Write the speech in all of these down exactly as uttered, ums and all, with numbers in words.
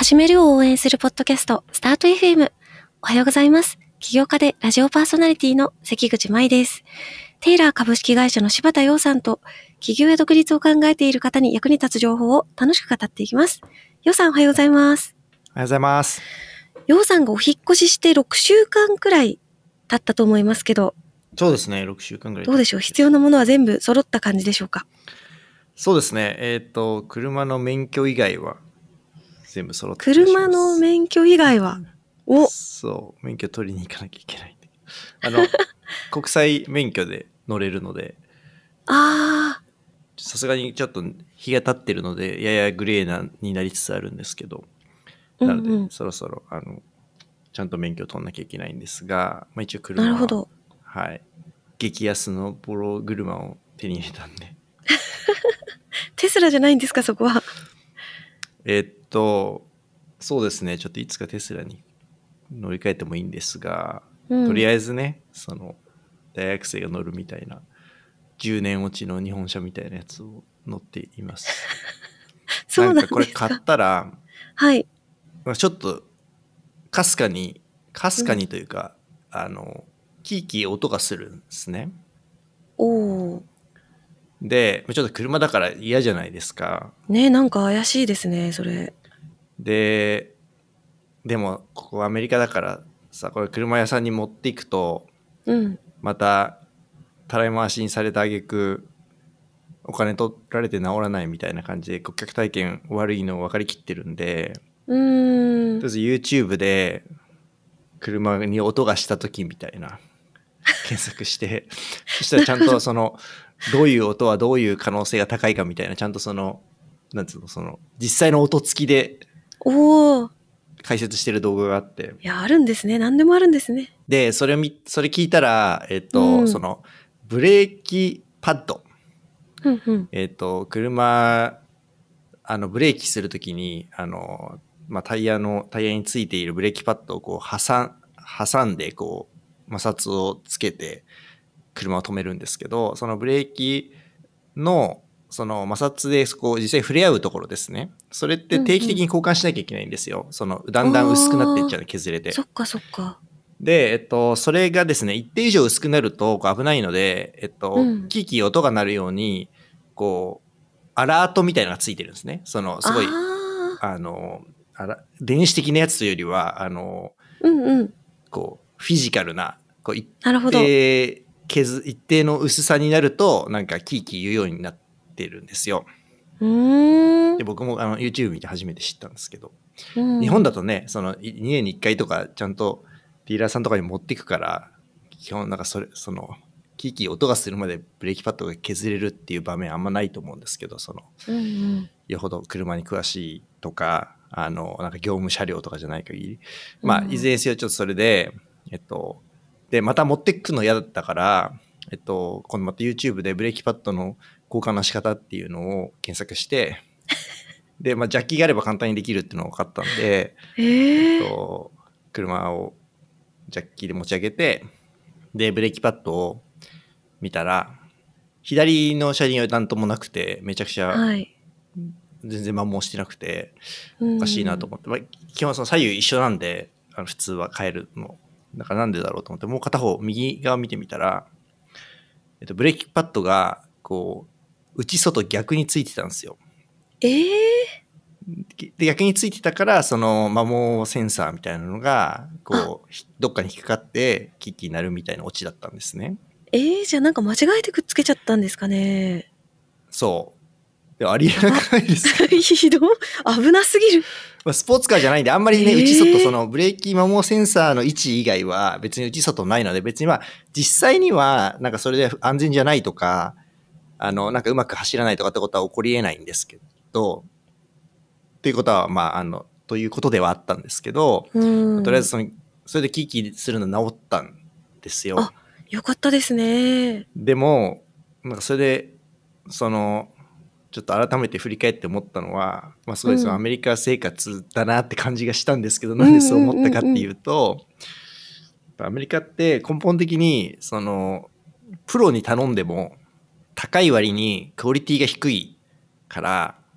しめるを応援するポッドキャスト、スタート エフエム。おはようございます。起業家でラジオパーソナリティの関口舞です。テイラー株式会社の柴田洋さんと、起業や独立を考えている方に役に立つ情報を楽しく語っていきます。洋さんおはようございます。 おはようございます。 洋さんがお引っ越ししてろくしゅうかんくらい経ったと思いますけど。 そうですね、ろくしゅうかんぐらい。 どうでしょう、必要なものは全部揃った感じでしょうか？ そうですね、えっと、車の免許以外は全部揃ってます。 車の免許以外はおそう、免許取りに行かなきゃいけないんで。あの、国際免許で乗れるので、 ああ。 さすがにちょっと日が経ってるので、ややグレーなになりつつあるんですけど、なので、うんうん、そろそろ、あの、ちゃんと免許取んなきゃいけないんですが、まあ、一応車は、 なるほど。 はい、激安のボロ車を手に入れたんで。 テスラじゃないんですか、そこは。 えっと、そうですね、ちょっといつかテスラに乗り換えてもいいんですが、うん、とりあえずね、その大学生が乗るみたいなじゅうねん落ちの日本車みたいなやつを乗っています。 そうなんですか。 なんかこれ買ったら、 はい。 ちょっとかすかにかすかにというか、うん、あのキーキー音がするんですね。 おお。 でちょっと車だから嫌じゃないですか。 ね、なんか怪しいですね、それ。 ででもここアメリカだからさ、これ車屋さんに持っていくと、 うん、またたらい回しにされた挙句お金取られて治らないみたいな感じで顧客体験悪いの分かりきってるんで、 うーん、 とりあえず YouTube で車に音がした時みたいな検索してそしたらちゃんとそのどういう音はどういう可能性が高いかみたいな、ちゃんとそのなんつうの、その実際の音付きでお解説してる動画があって、 いや、あるんですね。何でもあるんですね。 でそれをみそれ聞いたら、えっと、うん、そのブレーキパッド、 うんうん、 えっと車あのブレーキするときにあの、まあ、タイヤのタイヤについているブレーキパッドをこう挟挟んでこう摩擦をつけて車を止めるんですけど、そのブレーキのその摩擦でこう実際触れ合うところですね、それって定期的に交換しなきゃいけないんですよ、うんうん、そのだんだん薄くなっていっちゃう、削れて。 そっかそっか。 で、えっと、それがですね一定以上薄くなるとこう危ないので、えっとうん、キーキー音が鳴るようにこうアラートみたいなのがついてるんですね。そのすごい あ, あのあら電子的なやつというよりはあの、 うんうん、 こうフィジカルなこう一定削一定の薄さになるとなんかキーキー言うようになってるんですよ。 うーん、 で僕もあの YouTube 見て初めて知ったんですけど、うん、日本だとねそのにねんにいっかいとかちゃんとディーラーさんとかに持っていくから基本なんかそれそのキーキー音がするまでブレーキパッドが削れるっていう場面あんまないと思うんですけど、その、うんうん、よほど車に詳しいとかあのなんか業務車両とかじゃない限り、まあいずれにせよちょっとそれでえっとでまた持ってくの嫌だったから、えっと今度また YouTube でブレーキパッドの交換の仕方っていうのを検索してで、まあ、ジャッキがあれば簡単にできるっていうのが分かったんで、 えーえっと、車をジャッキで持ち上げてでブレーキパッドを見たら左の車輪は何ともなくてめちゃくちゃ全然摩耗してなくておかしいなと思って、まあ、基本その左右一緒なんであの普通は変えるのだからなんでだろうと思ってもう片方右側見てみたら、えっと、ブレーキパッドがこう内外逆についてたんですよ。 えー、 で逆についてたからその摩耗センサーみたいなのがこうどっかに引っかかってキッキーになるみたいなオチだったんですね。 えー、じゃあなんか間違えてくっつけちゃったんですかね。 そうでありえなくないですか？ ひど危なすぎる。 まあ、スポーツカーじゃないんであんまりね、えー、内外そのブレーキ摩耗センサーの位置以外は別に内外ないので、別にまあ実際にはなんかそれで安全じゃないとかあのなんかうまく走らないとかってことは起こりえないんですけど、っていうことはまああのということではあったんですけど、 うんとりあえずそのそれでキーキーするの治ったんですよ。 あ、よかったですね。 でもなんかそれでそのちょっと改めて振り返って思ったのは、まあ、すごいそのアメリカ生活だなって感じがしたんですけど、うん、なんでそう思ったかっていうと、うん、アメリカって根本的にそのプロに頼んでも高い割にクオリティが低いから、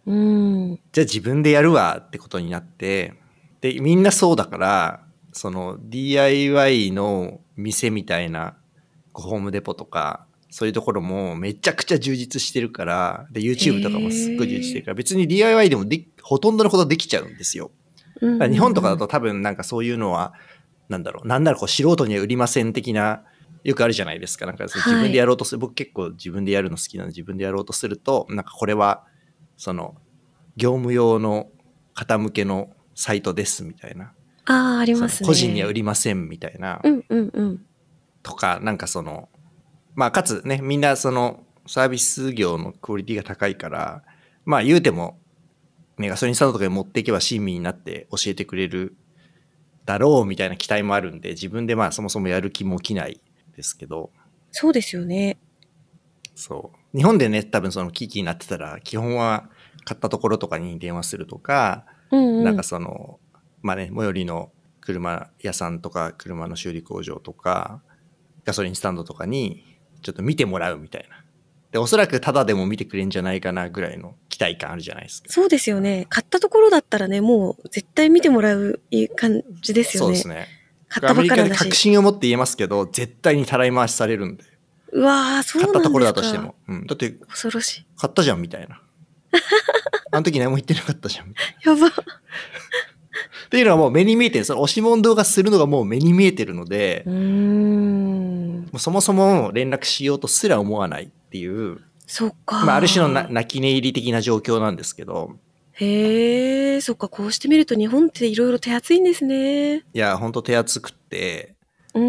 うん。 じゃあ自分でやるわってことになって、で、みんなそうだから、その ディーアイワイ の店みたいなホームデポとか、そういうところもめちゃくちゃ充実してるから、で、YouTube とかもすっごい充実してるから、別に ディーアイワイ でもでほとんどのことできちゃうんですよ。 うんうんうん、 日本とかだと多分なんかそういうのは、なんだろう、なんならこう素人には売りません的な、よくあるじゃないですか。なんかその自分でやろうとする、はい、僕結構自分でやるの好きなので自分でやろうとすると、なんかこれは、その、業務用の方向けのサイトですみたいな。 ああ、ありますね。 個人には売りませんみたいな。 うんうんうん。 とか、なんかその、まあかつね、みんなそのサービス業のクオリティが高いから、まあ言うても、ね、ガソリンスタンドとかに持っていけば親身になって教えてくれるだろうみたいな期待もあるんで、自分でまあそもそもやる気も起きないですけど。 そうですよね。 そう。日本でね、多分その機器になってたら、基本は買ったところとかに電話するとか、 うんうん、 なんかその、まあね、最寄りの車屋さんとか、車の修理工場とか、ガソリンスタンドとかに、ちょっと見てもらうみたいな。で、おそらくタダでも見てくれんじゃないかなぐらいの期待感あるじゃないですか。 そうですよね。買ったところだったらね、もう絶対見てもらういい感じですよね。 そうですね。 買ったばっかりだし。アメリカで確信を持って言えますけど、絶対にたらい回しされるんで。 うわー、そうなんですか。 買ったところだとしても。うん。だって、 恐ろしい。 買ったじゃんみたいな。あの時何も言ってなかったじゃんみたいな。 やば。 っていうのはもう目に見えてる。その押し問答がするのがもう目に見えてるので、 うーん、 もうそもそも連絡しようとすら思わないっていう、 そっか。 まあある種のな泣き寝入り的な状況なんですけど。 へえ、そっか、こうしてみると日本っていろいろ手厚いんですね。 いや、ほんと手厚くって、 うん。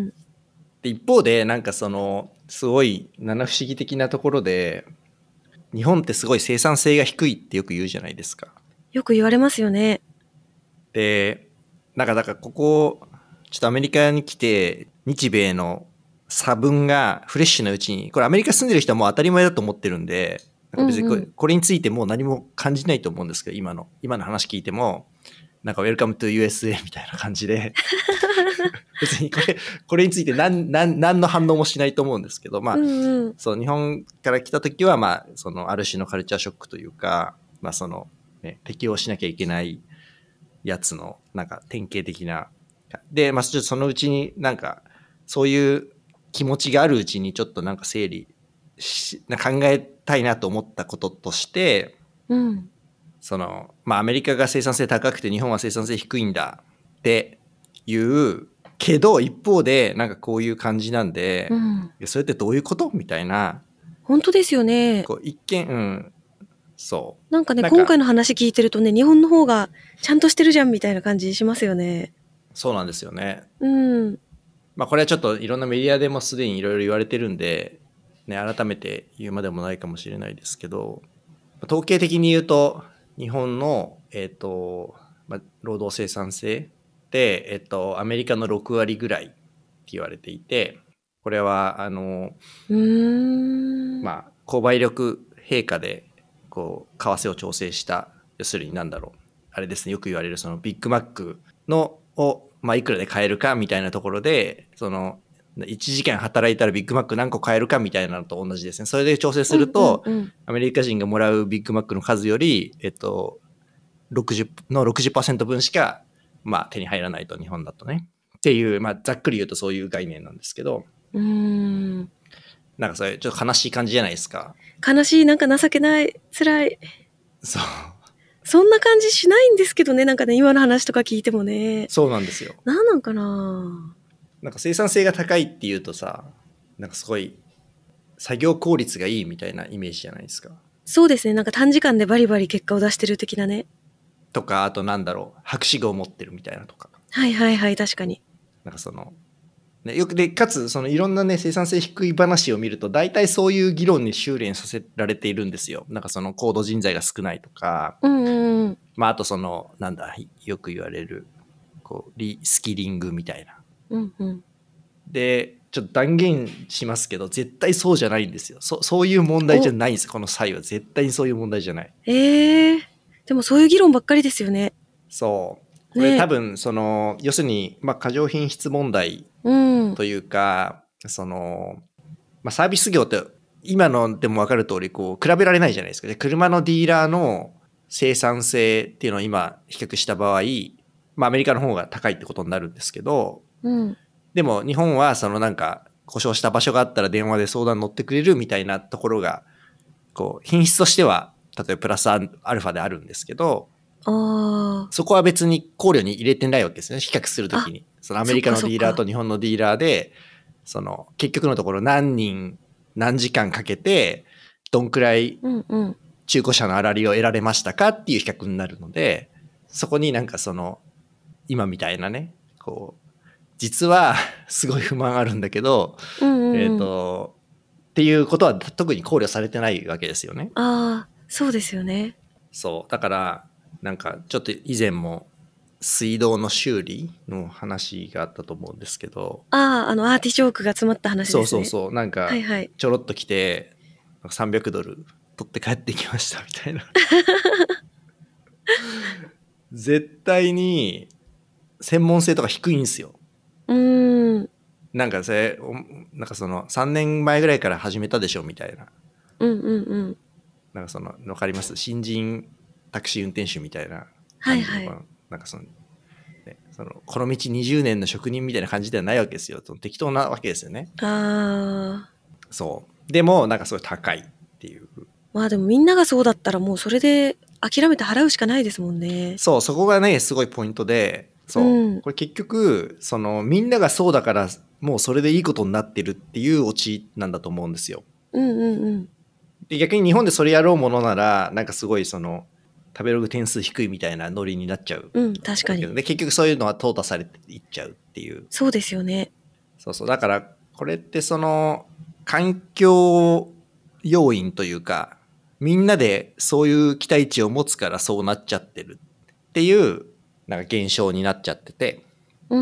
で一方でなんかそのすごい七不思議的なところで、日本ってすごい生産性が低いってよく言うじゃないですか。 よく言われますよね。 で、なんかだからここちょっとアメリカに来て日米の差分がフレッシュなうちに、これアメリカ住んでる人はもう当たり前だと思ってるんで、なんか別にこれ、うんうん、これについてもう何も感じないと思うんですけど、今の今の話聞いてもなんかウェルカムトゥ ユーエスエー みたいな感じで別にこれこれについて何何何の反応もしないと思うんですけど、まあ、うんうん、そう日本から来た時はまあそのある種のカルチャーショックというか、まあそのね適応しなきゃいけないやつのなんか典型的なで、まあちょっとそのうちになんかそういう気持ちがあるうちにちょっとなんか整理し考えたいなと思ったこととして、 うん、 そのまあアメリカが生産性高くて日本は生産性低いんだっていうけど一方でなんかこういう感じなんで、うん、それってどういうことみたいな。 本当ですよね。 こう一見、うん、そうなんかね、今回の話聞いてるとね、日本の方がちゃんとしてるじゃんみたいな感じしますよね。 そうなんですよね。 うん。 まあこれはちょっといろんなメディアでもすでにいろいろ言われてるんで、ね、改めて言うまでもないかもしれないですけど、統計的に言うと日本の、えーとまあ、労働生産性で、えーと、アメリカのろくわりぐらいって言われていて、これはあのうーん、 まあ購買力陛下でこう為替を調整した、要するに何だろうあれですね、よく言われるそのビッグマックのを、まあ、いくらで買えるかみたいなところで、そのいちじかん働いたらビッグマック何個買えるかみたいなのと同じですね。それで調整すると、うんうんうん、アメリカ人がもらうビッグマックの数より、えっと、ろくじゅうの ろくじゅっパーセント 分しか、まあ、手に入らないと、日本だとね。っていう、まあ、ざっくり言うとそういう概念なんですけど、 うーん、 なんかそれちょっと悲しい感じじゃないですか。 悲しい、なんか情けない、辛い。 そう。 そんな感じしないんですけどね、なんかね、今の話とか聞いてもね。 そうなんですよ。 なんなんかな。 なんか生産性が高いっていうとさ、なんかすごい作業効率がいいみたいなイメージじゃないですか。 そうですね、なんか短時間でバリバリ結果を出してる的なね。 とか、あとなんだろう、博士号を持ってるみたいなとか。 はいはいはい、確かに。 なんかその、ね、よくで、かつそのいろんなね、生産性低い話を見ると、大体そういう議論に修練させられているんですよ。なんかその高度人材が少ないとか、 うんうんうん、 まああとその、なんだ、よく言われる、こう、リスキリングみたいな。 うんうん、 でちょっと断言しますけど、絶対そうじゃないんですよ。 そ, そういう問題じゃないんです。この際は絶対にそういう問題じゃない。 えー、でもそういう議論ばっかりですよね。 そうこれ、ね、多分その要するに、まあ、過剰品質問題というか、うん、その、まあ、サービス業って今のでも分かる通りこう比べられないじゃないですか。で車のディーラーの生産性っていうのを今比較した場合、まあアメリカの方が高いってことになるんですけど、 うん、でも日本はそのなんか故障した場所があったら電話で相談乗ってくれるみたいなところが、こう品質としては例えばプラスアルファであるんですけど、 あそこは別に考慮に入れてないわけですね。比較するときに。そのアメリカのディーラーと日本のディーラーで、その結局のところ何人何時間かけてどんくらい中古車の粗利を得られましたかっていう比較になるので、そこになんかその今みたいなね、こう実はすごい不満あるんだけど、 うんうん、 えっとっていうことは特に考慮されてないわけですよね。 ああ、そうですよね。 そうだからなんかちょっと以前も水道の修理の話があったと思うんですけど、 ああ、あのアーティショークが詰まった話ですね。 そうそうそう、なんかちょろっと来てさんびゃくドル取って帰ってきましたみたいな絶対に専門性とか低いんですよ。 うーん、 なんかそれなんかそのさんねんまえぐらいから始めたでしょみたいな、 うんうんうん、 なんかその分かります、新人タクシー運転手みたいな感じの、はいはい、 なんかそのそのこの道にじゅうねんの職人みたいな感じではないわけですよ。適当なわけですよね。 ああ、 そうでもなんかすごい高いっていう。 まあでもみんながそうだったらもうそれで諦めて払うしかないですもんね。 そう、そこがねすごいポイントで、そう、うん、これ結局そのみんながそうだからもうそれでいいことになってるっていうオチなんだと思うんですよ。 うんうんうん。 で逆に日本でそれやろうものならなんかすごいその食べログ点数低いみたいなノリになっちゃう。 うん、確かに。 で結局そういうのは淘汰されていっちゃうっていう。 そうですよね。 そうそう、だからこれってその環境要因というか、みんなでそういう期待値を持つからそうなっちゃってるっていうなんか現象になっちゃってて、 うん、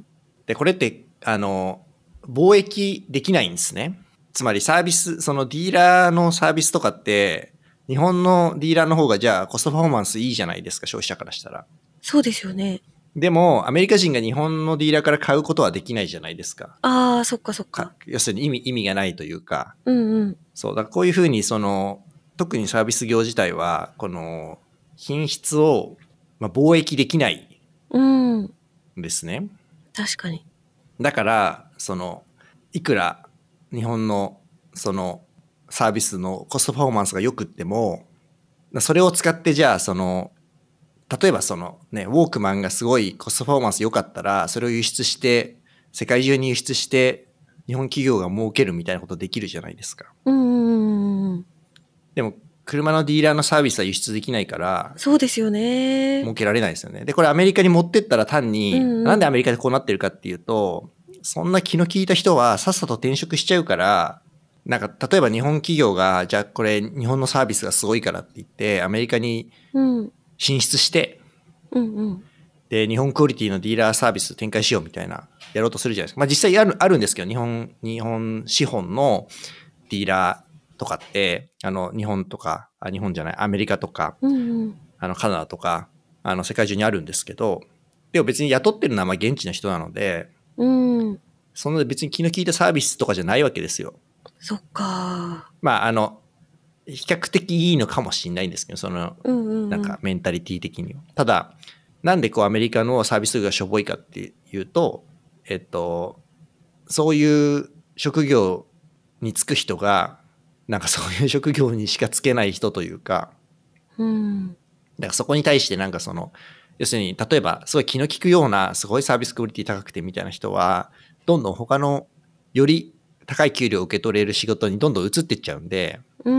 でこれってあの貿易できないんですね。つまりサービス、そのディーラーのサービスとかって日本のディーラーの方がじゃあコストパフォーマンスいいじゃないですか、消費者からしたら。 そうですよね。 でもアメリカ人が日本のディーラーから買うことはできないじゃないですか。 ああ、そっかそっか。 要するに意味意味がないというか、 うんうん、 そうだからこういうふうにその特にサービス業自体はこの品質をまあ貿易できないんですね。 うん、確かに。 だからそのいくら日本のそのサービスのコストパフォーマンスが良くっても、それを使ってじゃあその例えばそのねウォークマンがすごいコストパフォーマンス良かったらそれを輸出して世界中に輸出して日本企業が儲けるみたいなことできるじゃないですか。 うんうんうん、 でも車のディーラーのサービスは輸出できないからそうですよね。 儲けられないですよね。でこれアメリカに持ってったら単に、うんうん、なんでアメリカでこうなってるかっていうと、そんな気の利いた人はさっさと転職しちゃうから、なんか例えば日本企業がじゃあこれ日本のサービスがすごいからって言ってアメリカに進出して、 うんうん、 で日本クオリティのディーラーサービス展開しようみたいなやろうとするじゃないですか。まあ実際あるあるんですけど、日本日本資本のディーラーとかってあの日本とかあ日本じゃないアメリカとか、うんうん、あのカナダとかあの世界中にあるんですけど、でも別に雇ってるのはまあ現地の人なので、うん、そんな別に気の利いたサービスとかじゃないわけですよ。 そっか。 まああの比較的いいのかもしれないんですけど、その、うんうんうん、なんかメンタリティ的には。ただなんでこうアメリカのサービスがしょぼいかっていうと、えっとそういう職業に就く人がなんかそういう職業にしか就けない人というか、うん、だからそこに対してなんかその要するに例えばすごい気の利くようなすごいサービスクオリティ高くてみたいな人はどんどん他のより高い給料を受け取れる仕事にどんどん移っていっちゃうんで、うん、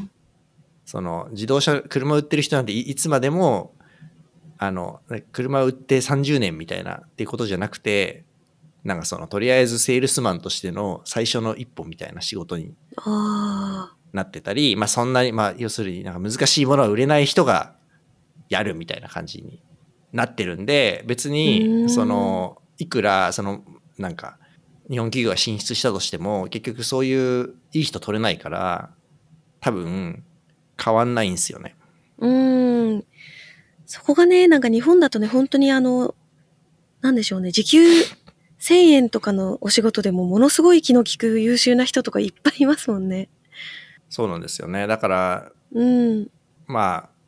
その自動車車売ってる人なんていつまでもあの車売ってさんじゅうねんみたいなっていうことじゃなくて、なんかそのとりあえずセールスマンとしての最初の一歩みたいな仕事になってたり、まあそんなにまあ要するになんか難しいものは売れない人がやるみたいな感じになってるんで、別にそのいくらそのなんか日本企業が進出したとしても結局そういういい人取れないから多分変わんないんですよね。 うーん、そこがね、なんか日本だとね、本当にあのなんでしょうね、時給せんえんとかのお仕事でもものすごい気の利く優秀な人とかいっぱいいますもんね。 そうなんですよね。だから、 うん、 まあ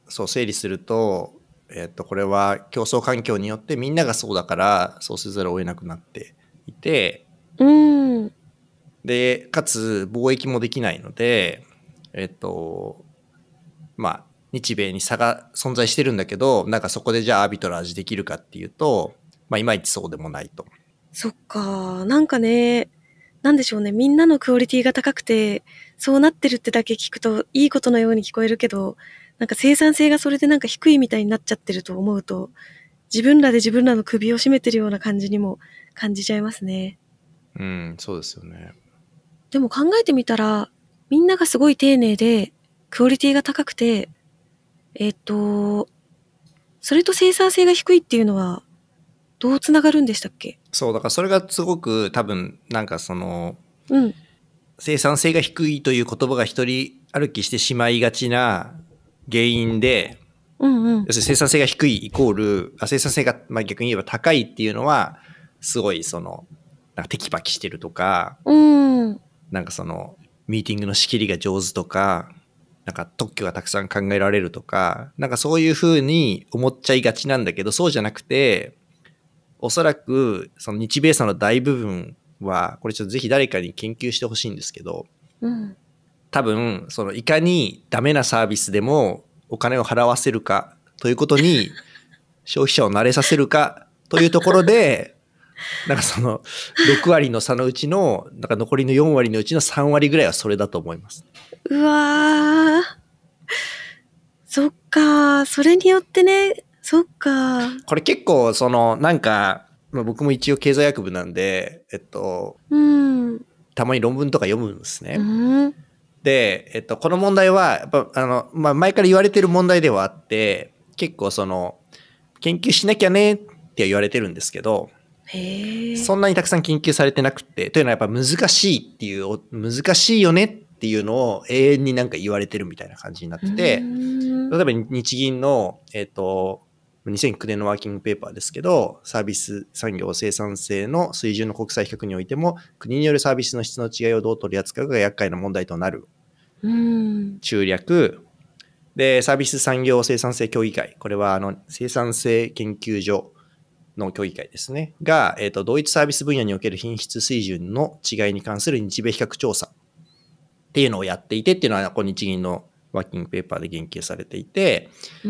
そう整理すると、えっと、これは競争環境によってみんながそうだからそうせざるを得なくなっていて、 うん。 でかつ貿易もできないので、えっとまあ日米に差が存在してるんだけど、なんかそこでじゃあアービトラージできるかっていうと、まあいまいちそうでもないと。 そっか。なんかね、なんでしょうね。みんなのクオリティが高くて、そうなってるってだけ聞くといいことのように聞こえるけど、なんか生産性がそれでなんか低いみたいになっちゃってると思うと、自分らで自分らの首を絞めてるような感じにも感じちゃいますね。 うん、そうですよね。 でも考えてみたら、みんながすごい丁寧で、クオリティが高くて、えっと、それと生産性が低いっていうのは、どうつながるんでしたっけ？ そうだからそれがすごく多分なんかその、 うん。 生産性が低いという言葉が一人歩きしてしまいがちな原因で、 うんうん。 要するに生産性が低いイコール、あ生産性が、まあ、逆に言えば高いっていうのはすごいそのなんかテキパキしてるとか、 うん。 なんかそのミーティングの仕切りが上手とか、なんか特許がたくさん考えられるとか、なんかそういうふうに思っちゃいがちなんだけど、そうじゃなくて、おそらくその日米差の大部分は、これちょっとぜひ誰かに研究してほしいんですけど、 うん。 多分そのいかにダメなサービスでもお金を払わせるかということに消費者を慣れさせるかというところで、なんかそのろく割の差のうちのなんか残りのよん割のうちのさん割ぐらいはそれだと思います。 うわー。そっか。それによってね、そっか。 これ結構そのなんか、まあ、僕も一応経済学部なんで、えっと、 うん。 たまに論文とか読むんですね。 うん。 で、えっと、この問題はやっぱあの、まあ、前から言われてる問題ではあって、結構その研究しなきゃねって言われてるんですけど、 へえ。 そんなにたくさん研究されてなくて、というのはやっぱ難しいっていう、難しいよねっていうのを永遠になんか言われてるみたいな感じになってて、例えば日銀の、えっと、にせんきゅうねんのワーキングペーパーですけど、サービス産業生産性の水準の国際比較においても、国によるサービスの質の違いをどう取り扱うかが厄介な問題となる。 うん。 中略。で、サービス産業生産性協議会。これはあの生産性研究所の協議会ですね。が、えっと、同一サービス分野における品質水準の違いに関する日米比較調査っていうのをやっていてっていうのは、この日銀のワーキングペーパーで言及されていて、 うん。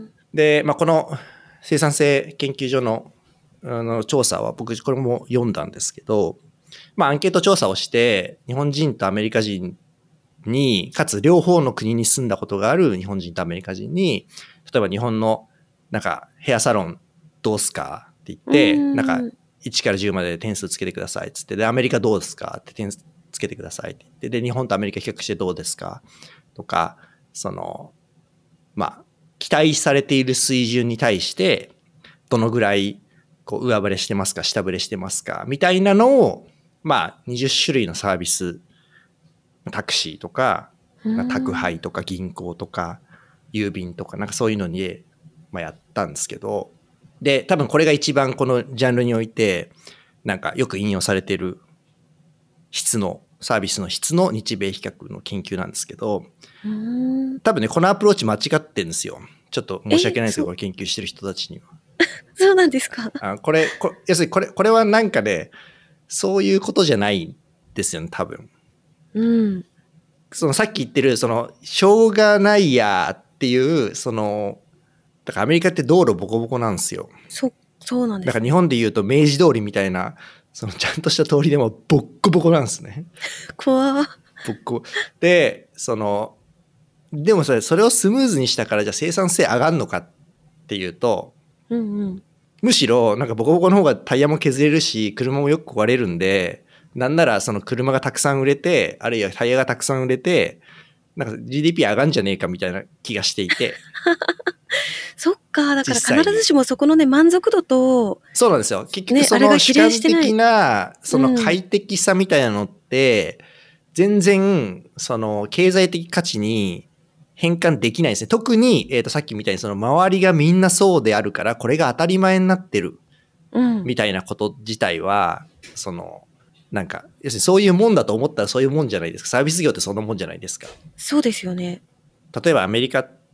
で、まあ、この生産性研究所のあの調査は僕これも読んだんですけど、まあ、アンケート調査をして日本人とアメリカ人にかつ両方の国に住んだことがある日本人とアメリカ人に、例えば日本のなんかヘアサロンどうすかって言って、なんかいちからじゅうまで点数つけてくださいっつって、でアメリカどうですかって点数つけてくださいって言って、で日本とアメリカ比較してどうですかとか、そのまあ期待されている水準に対してどのぐらいこう上振れしてますか下振れしてますかみたいなのを、まあにじゅっ種類のサービス、タクシーとか宅配とか銀行とか郵便とかなんかそういうのに、まあ、やったんですけど、で多分これが一番このジャンルにおいてなんかよく引用されている質のサービスの質の日米比較の研究なんですけど、多分ねこのアプローチ間違ってるんですよ。ちょっと申し訳ないですけど、これ研究してる人たちには。 そうなんですか。 あこれこ要するにこれこれはなんかねそういうことじゃないですよね多分。 うん。 そのさっき言ってるそのしょうがないやっていうそのだからアメリカって道路ボコボコなんですよ。 そそうなんです、ね。 だから日本でいうと明治通りみたいなそのちゃんとした通りでもボッコボコなんですね。 怖ボッコでそのでもそれそれをスムーズにしたからじゃあ生産性上がるのかっていうと、 うんうん、 むしろなんかボコボコの方がタイヤも削れるし車もよく壊れるんで、なんならその車がたくさん売れて、あるいはタイヤがたくさん売れて、なんか ジーディーピー 上がんじゃねえかみたいな気がしていてそっか、だから必ずしもそこのね満足度と、 そうなんですよ。結局その主観的なその快適さみたいなのって全然その経済的価値に変換できないですね。特に、えーと、さっきみたいにその周りがみんなそうであるからこれが当たり前になってるみたいなこと自体は、うん、そのなんか要するにそういうもんだと思ったらそういうもんじゃないですか。サービス業ってそんなもんじゃないですか。 そうですよね。 例えばアメリカ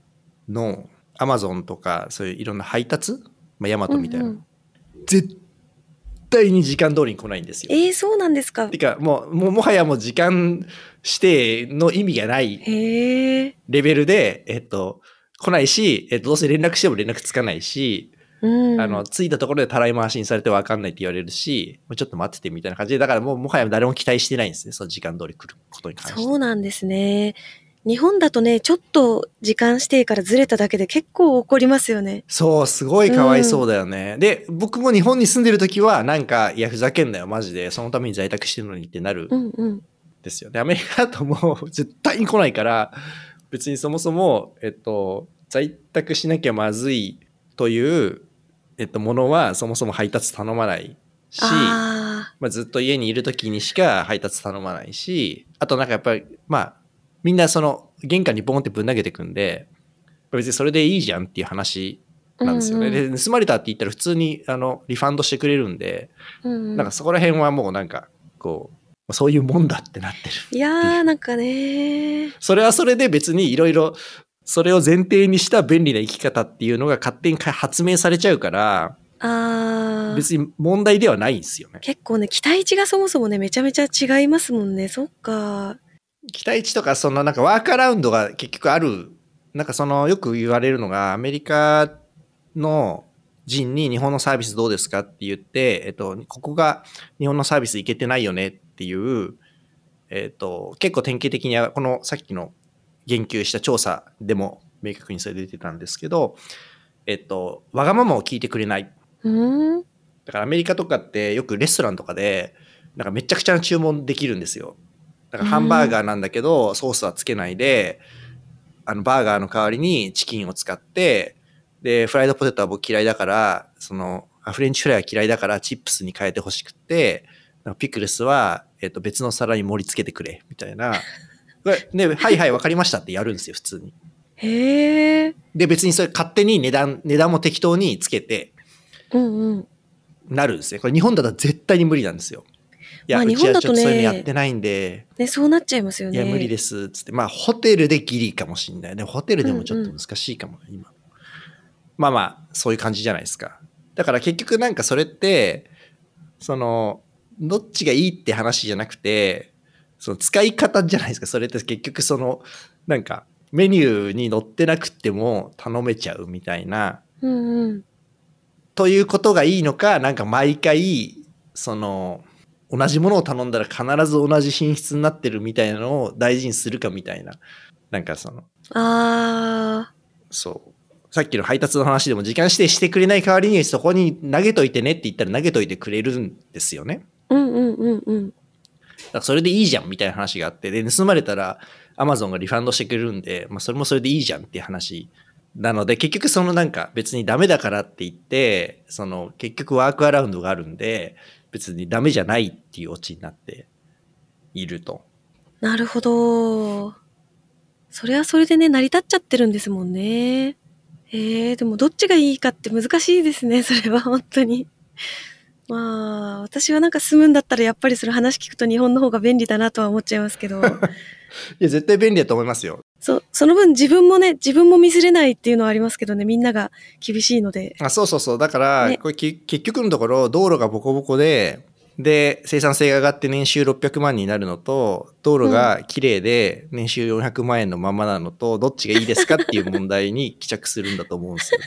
のアマゾンとかそういういろんな配達、まあ、ヤマトみたいな、 うんうん、 絶対に時間通りに来ないんですよ。 えー、そうなんですか。 てかもう、もうもはやもう時間指定の意味がないレベルで、えっと、来ないし、えっと、どうせ連絡しても連絡つかないし、うん、あの着いたところでたらい回しにされて分かんないって言われるし、もうちょっと待っててみたいな感じで、だからもうもはや誰も期待してないんですね、その時間通り来ることに関して。 そうなんですね。日本だとね、ちょっと時間指定からずれただけで結構怒りますよね。 そう、すごいかわいそうだよね。うん、で、僕も日本に住んでる時は、なんか、いや、ふざけんなよ、マジで。そのために在宅してるのにってなるんですよ。で、アメリカだともう絶対に来ないから、別にそもそも、えっと、在宅しなきゃまずいという、えっと、ものはそもそも配達頼まないし、あ、まあ、ずっと家にいる時にしか配達頼まないし、あとなんかやっぱり、まあ、みんなその玄関にボンってぶん投げてくんで、別にそれでいいじゃんっていう話なんですよね。うんうん、で、盗まれたって言ったら普通にあのリファンドしてくれるんで、うんうん、なんかそこら辺はもうなんかこうそういうもんだってなってるっていう。 いやーなんかね、 それはそれで別にいろいろそれを前提にした便利な生き方っていうのが勝手に発明されちゃうから、あ、別に問題ではないんですよね。 結構ね、期待値がそもそもねめちゃめちゃ違いますもんね。そっか。 期待値とかそのなんかワークアラウンドが結局ある。なんかそのよく言われるのが、アメリカの人に日本のサービスどうですかって言って、えっと、ここが日本のサービスいけてないよねっていう、えっと、結構典型的にこのさっきの言及した調査でも明確にそれ出てたんですけど、えっと、わがままを聞いてくれない。うん、だからアメリカとかってよくレストランとかでなんかめちゃくちゃな注文できるんですよ。だからハンバーガーなんだけどソースはつけないで、あのバーガーの代わりにチキンを使って、でフライドポテトは僕嫌いだからそのフレンチフライは嫌いだからチップスに変えてほしくて、ピクルスは、えっと、別の皿に盛り付けてくれみたいなで、はいはい分かりましたってやるんですよ普通に。へー。で別にそれ勝手に値段値段も適当につけて、うんうん、なるんですね。これ日本だと絶対に無理なんですよ。いや、まあ、日本だとね、うちはちょっとそういうのやってないんで、 ね、そうなっちゃいますよね。 いや無理ですつって、まあホテルでギリかもしれない。でもホテルでもちょっと難しいかも、うんうん、今。まあまあそういう感じじゃないですか。だから結局なんかそれってそのどっちがいいって話じゃなくて、その使い方じゃないですか。それって結局そのなんかメニューに載ってなくても頼めちゃうみたいな、うんうん、ということがいいのか、なんか毎回その同じものを頼んだら必ず同じ品質になってるみたいなのを大事にするかみたいな、なんかそのあそうさっきの配達の話でも時間指定してくれない代わりにそこに投げといてねって言ったら投げといてくれるんですよね。うんうんうんうん。だからそれでいいじゃんみたいな話があって、で盗まれたらアマゾンがリファンドしてくれるんで、まあ、それもそれでいいじゃんっていう話なので、結局そのなんか別にダメだからって言ってその結局ワークアラウンドがあるんで別にダメじゃないっていうオチになっていると。 なるほど。それはそれでね成り立っちゃってるんですもんね。えー、でもどっちがいいかって難しいですね、それは本当に。まあ私はなんか住むんだったらやっぱりそれ話聞くと日本の方が便利だなとは思っちゃいますけど。いや絶対便利だと思いますよ。 そう、その分自分もね自分もミスれないっていうのはありますけどね、みんなが厳しいので。 あ、そうそうそう、だから、ね、これ結局のところ道路がボコボコでで生産性が上がって年収ろっぴゃくまんになるのと、道路が綺麗で年収よんひゃくまんえんのままなのと、うん、どっちがいいですかっていう問題に帰着するんだと思うんですよ。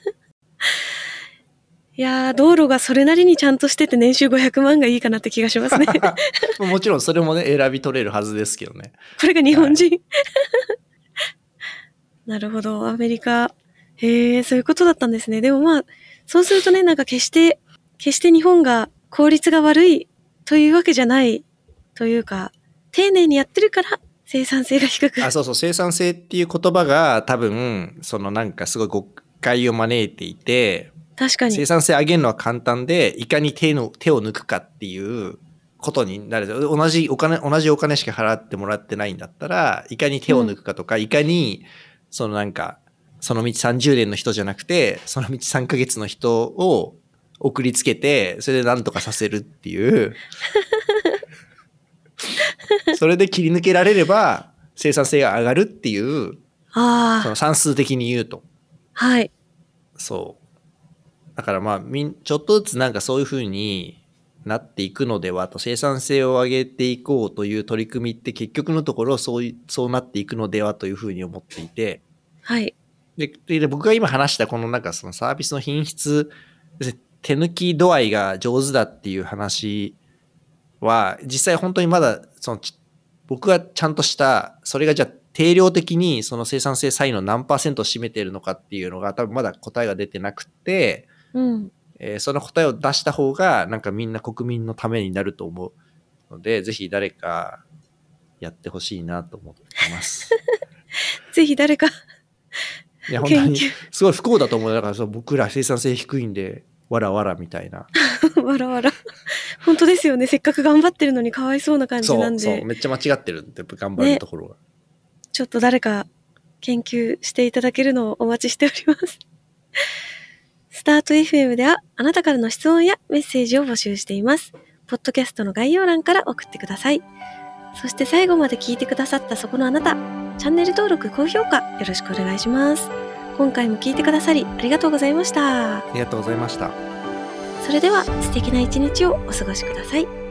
いやー、道路がそれなりにちゃんとしてて年収ごひゃくまんがいいかなって気がしますね。 もちろんそれもね選び取れるはずですけどね。 これが日本人、はい、なるほど、アメリカ。へえ、そういうことだったんですね。でもまあそうするとね、なんか決して決して日本が効率が悪いというわけじゃないというか、丁寧にやってるから生産性が低く。 あ、そうそう、生産性っていう言葉が多分そのなんかすごい誤解を招いていて、 確かに生産性上げるのは簡単で、いかに手の手を抜くかっていうことになる。同じお金同じお金しか払ってもらってないんだったら、いかに手を抜くかとか、うん、いかにそのなんかその道さんじゅうねんの人じゃなくてその道さんかげつの人を送りつけてそれで何とかさせるっていうそれで切り抜けられれば生産性が上がるっていうああ。 その算数的に言うと。 はい。 そう。だからまあ、みん、ちょっとずつなんかそういう風になっていくのではと、生産性を上げていこうという取り組みって結局のところそういう、そうなっていくのではという風に思っていて。 はい。 で、で僕が今話したこのなんかそのサービスの品質、手抜き度合いが上手だっていう話は、実際本当にまだ、その、僕がちゃんとした、それがじゃあ定量的にその生産性差異の何パーセントを占めているのかっていうのが多分まだ答えが出てなくて、 うんえー、その答えを出した方がなんかみんな国民のためになると思うので、ぜひ誰かやってほしいなと思ってます。 ぜひ誰かいや本当にすごい不幸だと思う。だからそう僕ら生産性低いんでわらわらみたいな。 わらわら。本当ですよね。せっかく頑張ってるのにかわいそうな感じなんで。 そうそうめっちゃ間違ってるんで頑張るところが、ね。 ちょっと誰か研究していただけるのをお待ちしております。スタート エフエム ではあなたからの質問やメッセージを募集しています。ポッドキャストの概要欄から送ってください。そして最後まで聞いてくださったそこのあなた、チャンネル登録、高評価よろしくお願いします。今回も聞いてくださりありがとうございました。 ありがとうございました。 それでは素敵な一日をお過ごしください。